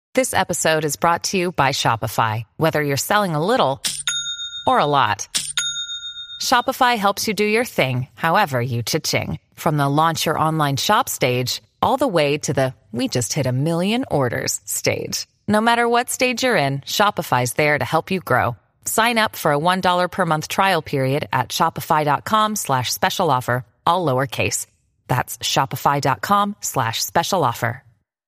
This episode is brought to you by Shopify. Whether you're selling a little or a lot, Shopify helps you do your thing, however you cha-ching. From the launch your online shop stage, all the way to the we just hit 1 million orders stage. No matter what stage you're in, Shopify's there to help you grow. Sign up for a $1 per month trial period at shopify.com/special offer, all lowercase. That's shopify.com/special offer.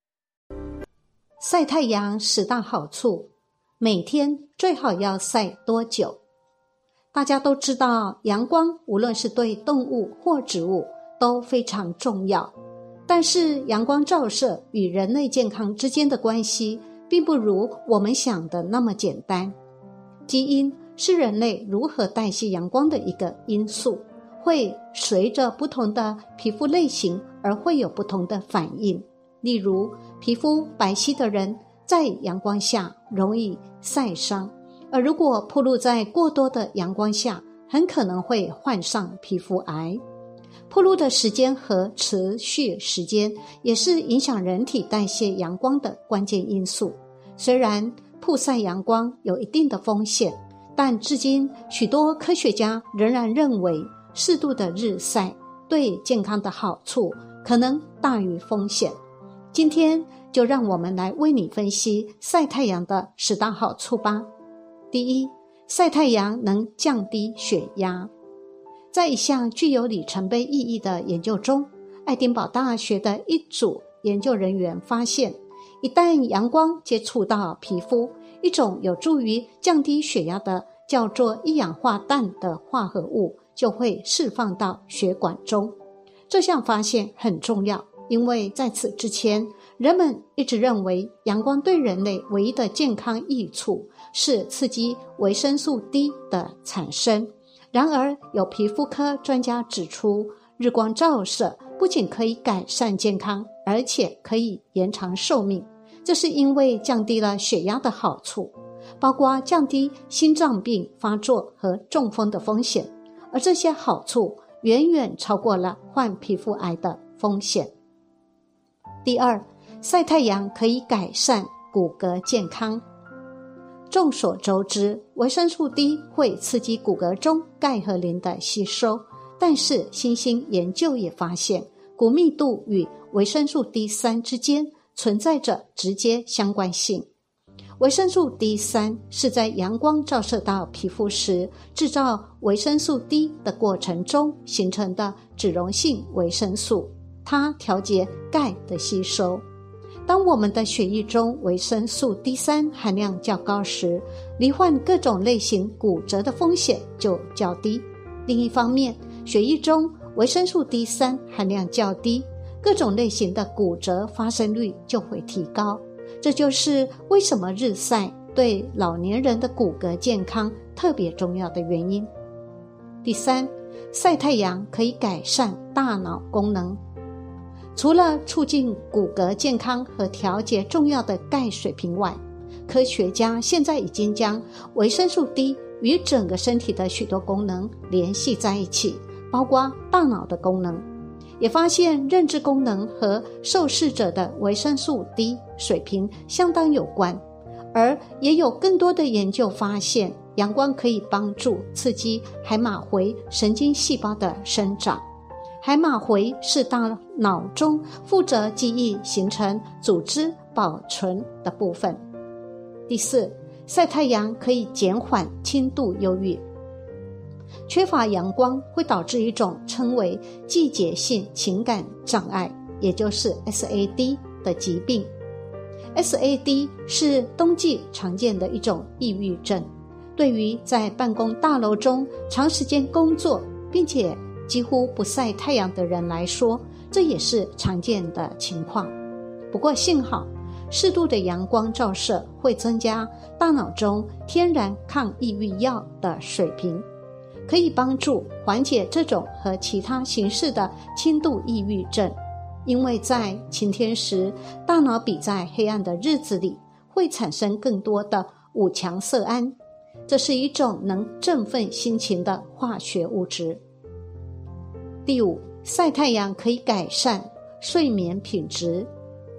晒太阳10大好处，每天最好要晒多久？大家都知道，阳光无论是对动物或植物都非常重要，但是阳光照射与人类健康之间的关系并不如我们想的那么简单。基因是人类如何代谢阳光的一个因素，会随着不同的皮肤类型而会有不同的反应。例如，皮肤白皙的人在阳光下容易晒伤，而如果暴露在过多的阳光下，很可能会患上皮肤癌。暴露的时间和持续时间也是影响人体代谢阳光的关键因素。虽然曝晒阳光有一定的风险，但至今许多科学家仍然认为适度的日晒对健康的好处可能大于风险。今天就让我们来为你分析晒太阳的10大好处吧。第一，晒太阳能降低血压。在一项具有里程碑意义的研究中，爱丁堡大学的一组研究人员发现，一旦阳光接触到皮肤，一种有助于降低血压的叫做一氧化氮的化合物就会释放到血管中。这项发现很重要，因为在此之前，人们一直认为阳光对人类唯一的健康益处是刺激维生素 D 的产生。然而，有皮肤科专家指出，日光照射不仅可以改善健康，而且可以延长寿命。这是因为降低了血压的好处，包括降低心脏病发作和中风的风险，而这些好处远远超过了患皮肤癌的风险。第二，晒太阳可以改善骨骼健康。众所周知，维生素 D 会刺激骨骼中钙和磷的吸收，但是新兴研究也发现，骨密度与维生素 D3 之间存在着直接相关性。维生素 D3 是在阳光照射到皮肤时，制造维生素 D 的过程中形成的脂溶性维生素，它调节钙的吸收。当我们的血液中维生素 D3 含量较高时，罹患各种类型骨折的风险就较低。另一方面，血液中维生素 D3 含量较低，各种类型的骨折发生率就会提高。这就是为什么日晒对老年人的骨骼健康特别重要的原因。第三，晒太阳可以改善大脑功能。除了促进骨骼健康和调节重要的钙水平外，科学家现在已经将维生素 D 与整个身体的许多功能联系在一起，包括大脑的功能，也发现认知功能和受试者的维生素 D 水平相当有关。而也有更多的研究发现，阳光可以帮助刺激海马回神经细胞的生长。海马回是大脑中负责记忆、形成、组织、保存的部分。第四，晒太阳可以减缓轻度忧郁。缺乏阳光会导致一种称为季节性情感障碍，也就是 SAD 的疾病。SAD 是冬季常见的一种抑郁症，对于在办公大楼中长时间工作并且几乎不晒太阳的人来说，这也是常见的情况。不过幸好，适度的阳光照射会增加大脑中天然抗抑郁药的水平，可以帮助缓解这种和其他形式的轻度抑郁症。因为在晴天时，大脑比在黑暗的日子里会产生更多的五羟色胺，这是一种能振奋心情的化学物质。第五，晒太阳可以改善睡眠品质。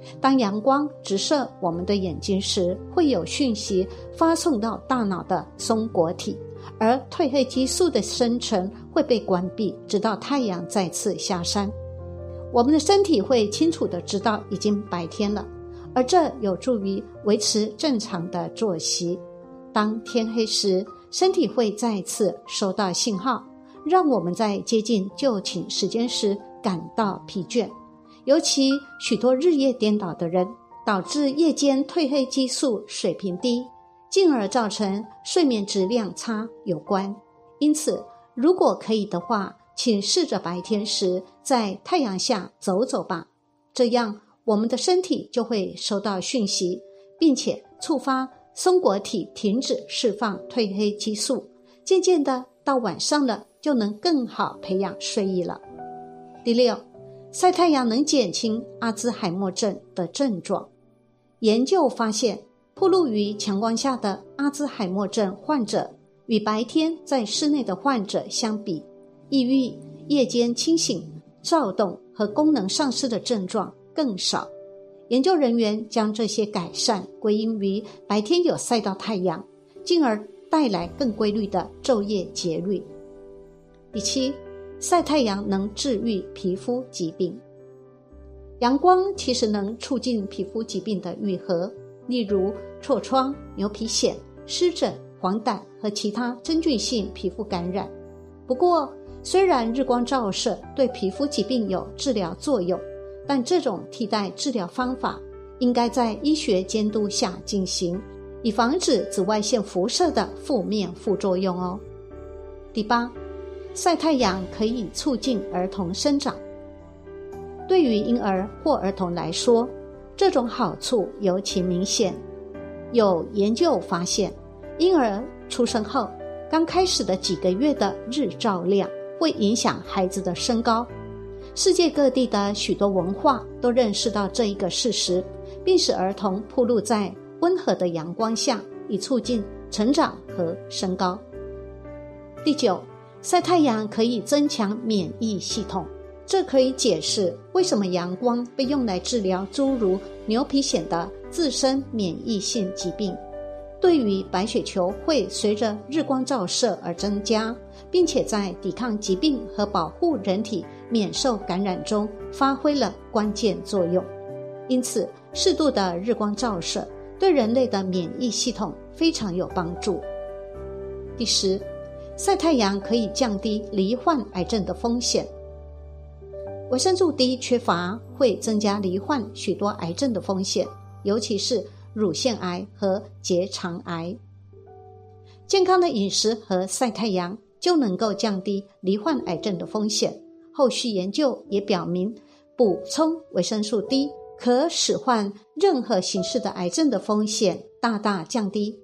当阳光直射我们的眼睛时，会有讯息发送到大脑的松果体，而褪黑激素的生成会被关闭，直到太阳再次下山。我们的身体会清楚地知道已经白天了，而这有助于维持正常的作息。当天黑时，身体会再次收到信号，让我们在接近就寝时间时感到疲倦。尤其许多日夜颠倒的人，导致夜间褪黑激素水平低，进而造成睡眠质量差有关。因此，如果可以的话，请试着白天时在太阳下走走吧，这样我们的身体就会收到讯息，并且触发松果体停止释放褪黑激素，渐渐的到晚上了就能更好培养睡意了。第六，晒太阳能减轻阿兹海默症的症状。研究发现，暴露于强光下的阿兹海默症患者与白天在室内的患者相比，抑郁、夜间清醒、躁动和功能丧失的症状更少。研究人员将这些改善归因于白天有晒到太阳，进而带来更规律的昼夜节律。第七，晒太阳能治愈皮肤疾病。阳光其实能促进皮肤疾病的愈合，例如痤疮、牛皮癣、湿疹、黄疸和其他真菌性皮肤感染。不过，虽然日光照射对皮肤疾病有治疗作用，但这种替代治疗方法应该在医学监督下进行，以防止紫外线辐射的负面副作用哦。第八，晒太阳可以促进儿童生长。对于婴儿或儿童来说，这种好处尤其明显。有研究发现，婴儿出生后刚开始的几个月的日照量会影响孩子的身高。世界各地的许多文化都认识到这一个事实，并使儿童暴露在温和的阳光下，以促进成长和身高。第九，晒太阳可以增强免疫系统。这可以解释为什么阳光被用来治疗诸如牛皮癣的自身免疫性疾病。对于白血球会随着日光照射而增加，并且在抵抗疾病和保护人体免受感染中发挥了关键作用。因此，适度的日光照射对人类的免疫系统非常有帮助。第十，晒太阳可以降低罹患癌症的风险。维生素 D 缺乏会增加罹患许多癌症的风险，尤其是乳腺癌和结肠癌。健康的饮食和晒太阳就能够降低罹患癌症的风险。后续研究也表明，补充维生素 D 可使患任何形式的癌症的风险大大降低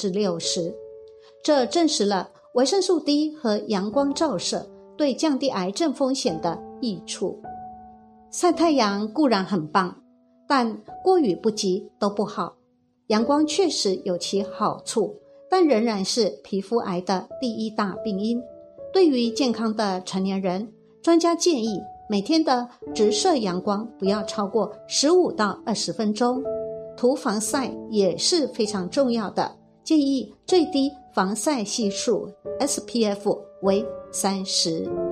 60%。这证实了维生素 D 和阳光照射对降低癌症风险的益处。晒太阳固然很棒，但过与不及都不好。阳光确实有其好处，但仍然是皮肤癌的第一大病因。对于健康的成年人，专家建议每天的直射阳光不要超过15到20分钟。涂防晒也是非常重要的，建议最低防晒系数 SPF 为30。